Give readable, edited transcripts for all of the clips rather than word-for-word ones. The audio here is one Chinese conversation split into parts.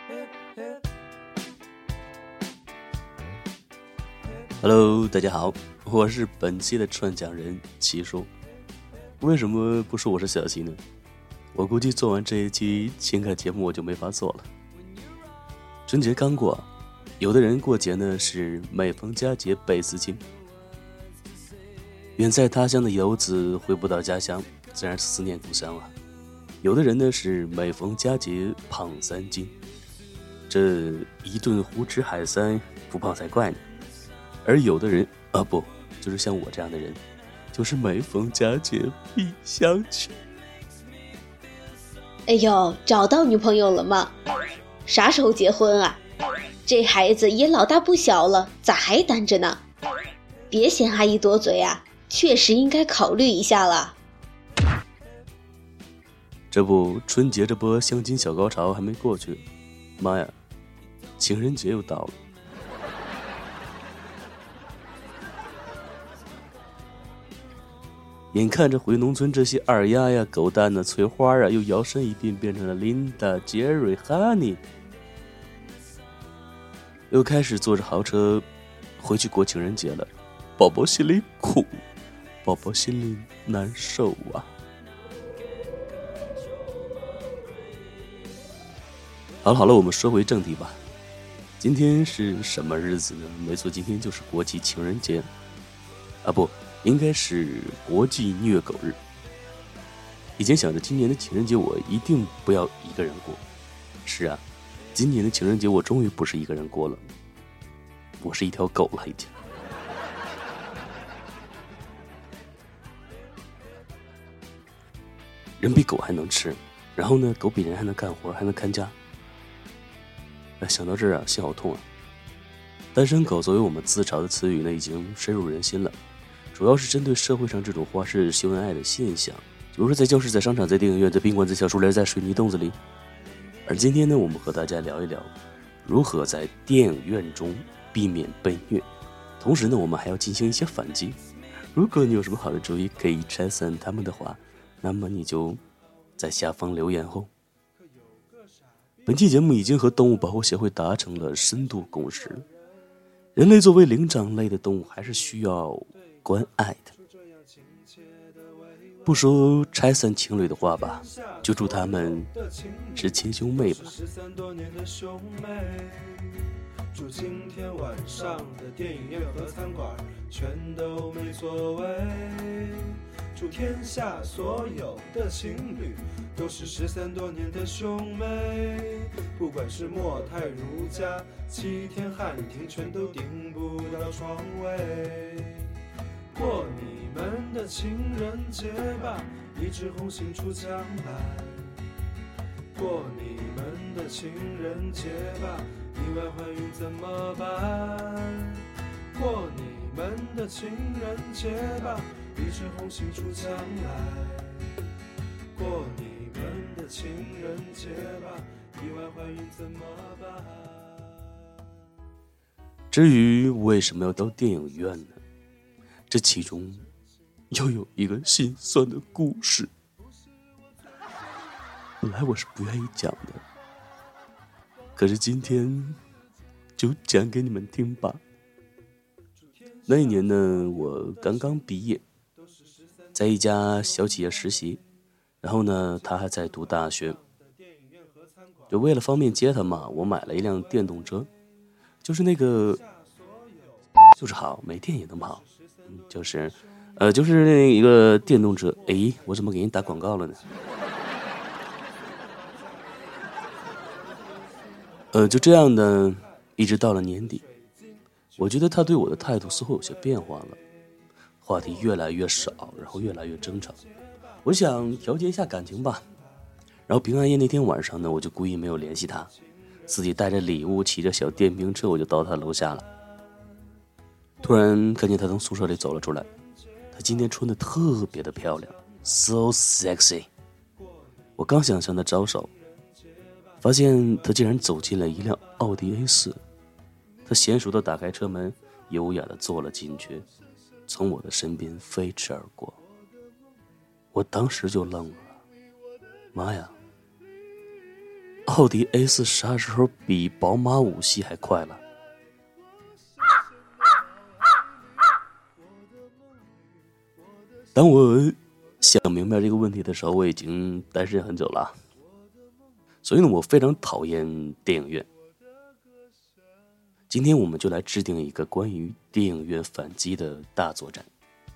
Hello， 大家好，我是本期的串讲人齐叔。为什么不说我是小齐呢？我估计做完这一期情感节目我就没法做了。春节刚过，有的人过节呢是每逢佳节倍思亲，远在他乡的游子回不到家乡，自然是思念故乡了。有的人呢是每逢佳节胖3斤，这一顿胡吃海塞不胖才怪呢。而有的人不，就是像我这样的人，就是每逢佳节必相亲。 哎呦，找到女朋友了吗？啥时候结婚啊？这孩子也老大不小了，咋还单着呢？别嫌阿姨多嘴啊，确实应该考虑一下了。 这不，春节这波相亲小高潮还没过去，妈呀，情人节又到了。眼看着回农村这些二丫呀、狗蛋呐、翠花啊，又摇身一变变成了琳达、杰瑞、哈尼，又开始坐着豪车回去过情人节了。宝宝心里苦，宝宝心里难受啊。好了，我们说回正题吧。今天是什么日子呢？没错，今天就是国际情人节啊，不，应该是国际虐狗日。以前想着今年的情人节我一定不要一个人过，是啊，今年的情人节我终于不是一个人过了，我是一条狗了已经。人比狗还能吃，然后呢，狗比人还能干活，还能看家。想到这儿啊，心好痛啊！单身狗作为我们自嘲的词语呢，已经深入人心了。主要是针对社会上这种花式秀恩爱的现象，比如说在教室、在商场、在电影院、在宾馆、在小树林、在水泥洞子里。而今天呢，我们和大家聊一聊如何在电影院中避免被虐，同时呢，我们还要进行一些反击。如果你有什么好的主意可以拆散他们的话，那么你就在下方留言后。本期节目已经和动物保护协会达成了深度共识，人类作为灵长类的动物还是需要关爱的。不说拆散情侣的话吧，就祝他们是亲兄妹吧。 祝今天晚上的电影院和餐馆全都没座位。祝天下所有的情侣都是13多年的兄妹。不管是莫泰如家、7天汉庭，全都订不到床位。过你们的情人节吧，一枝红杏出墙来。过你们的情人节吧，意外怀孕怎么办？过你们的情人节吧，一枝红杏出墙来。过你们的情人节吧，意外怀孕怎么办？ 至于为什么要到电影院呢？这其中又有一个心酸的故事。本来我是不愿意讲的，可是今天就讲给你们听吧。那一年呢，我刚刚毕业，在一家小企业实习，然后呢，他还在读大学。就为了方便接他嘛，我买了一辆电动车，就是那个，就是好，没电也能跑，就是那一个电动车。哎，我怎么给人打广告了呢？就这样呢，一直到了年底，我觉得他对我的态度似乎有些变化了，话题越来越少，然后越来越争吵。我想调节一下感情吧。然后平安夜那天晚上呢，我就故意没有联系他，自己带着礼物，骑着小电瓶车，我就到他楼下了。突然看见他从宿舍里走了出来，他今天穿的特别的漂亮 ，so sexy。我刚想向他招手，发现他竟然走进了一辆奥迪 A4， 他娴熟地打开车门，优雅地坐了进去，从我的身边飞驰而过。我当时就愣了，妈呀！哦， 到底 A4啥时候比宝马5系还快了？当我想明白这个问题的时候，我已经单身很久了，所以呢，我非常讨厌电影院。今天我们就来制定一个关于电影院反击的大作战。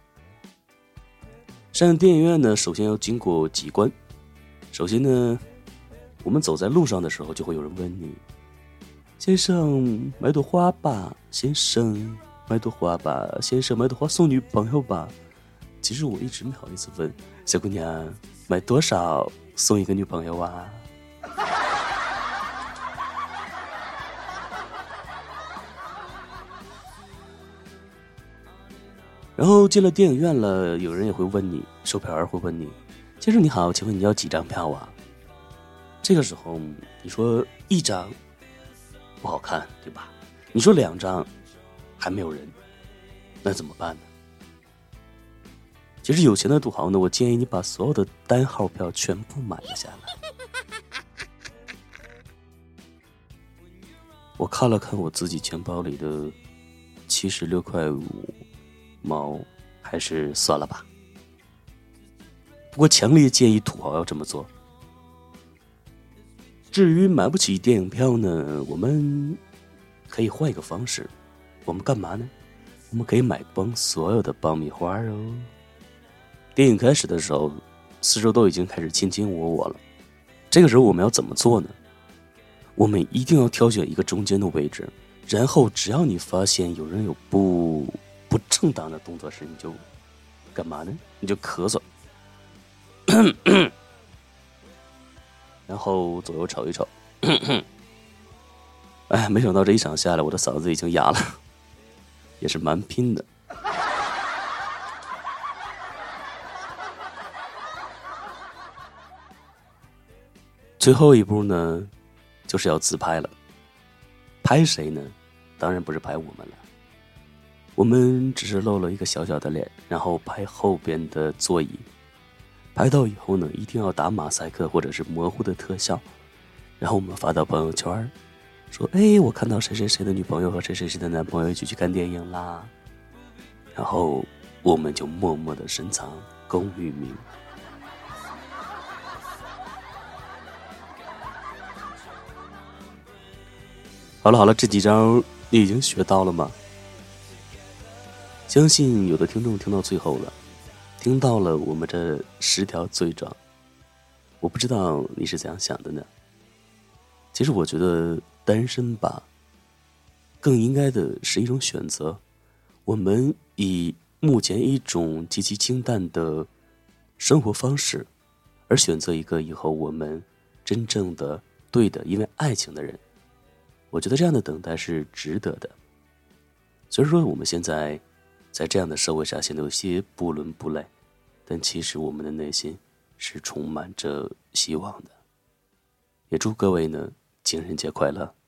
上电影院呢，首先要经过几关。首先呢，我们走在路上的时候，就会有人问你：“先生，买朵花吧。先生，买朵花吧。先生，买朵花送女朋友吧。”其实我一直没好意思问小姑娘买多少送一个女朋友啊。然后进了电影院了，有人也会问你，售票员会问你：“先生你好，请问你要几张票啊？”这个时候你说1张不好看，对吧？你说2张还没有人，那怎么办呢？其实有钱的土豪呢，我建议你把所有的单号票全部买了下来。我看了看我自己钱包里的76块5毛，还是算了吧。不过强烈建议土豪要这么做。至于买不起电影票呢，我们可以换一个方式。我们干嘛呢？我们可以买光所有的爆米花哦。电影开始的时候，四周都已经开始卿卿我我了。这个时候我们要怎么做呢？我们一定要挑选一个中间的位置，然后只要你发现有人有不正当的动作时，你就干嘛呢？你就咳嗽，然后左右瞅一瞅。哎，没想到这一场下来，我的嗓子已经哑了，也是蛮拼的。最后一步呢，就是要自拍了。拍谁呢？当然不是拍我们了。我们只是露了一个小小的脸，然后拍后边的座椅。拍到以后呢，一定要打马赛克或者是模糊的特效，然后我们发到朋友圈，说：“哎，我看到谁谁谁的女朋友和谁谁谁的男朋友一起去看电影啦。”然后我们就默默的深藏功与名。好了，这几招你已经学到了吗？相信有的听众听到最后了，听到了我们这10条罪状，我不知道你是怎样想的呢？其实我觉得单身吧，更应该的是一种选择。我们以目前一种极其清淡的生活方式，而选择一个以后我们真正的对的因为爱情的人。我觉得这样的等待是值得的。虽然说我们现在在这样的社会上显得有些不伦不类，但其实我们的内心是充满着希望的。也祝各位呢，情人节快乐。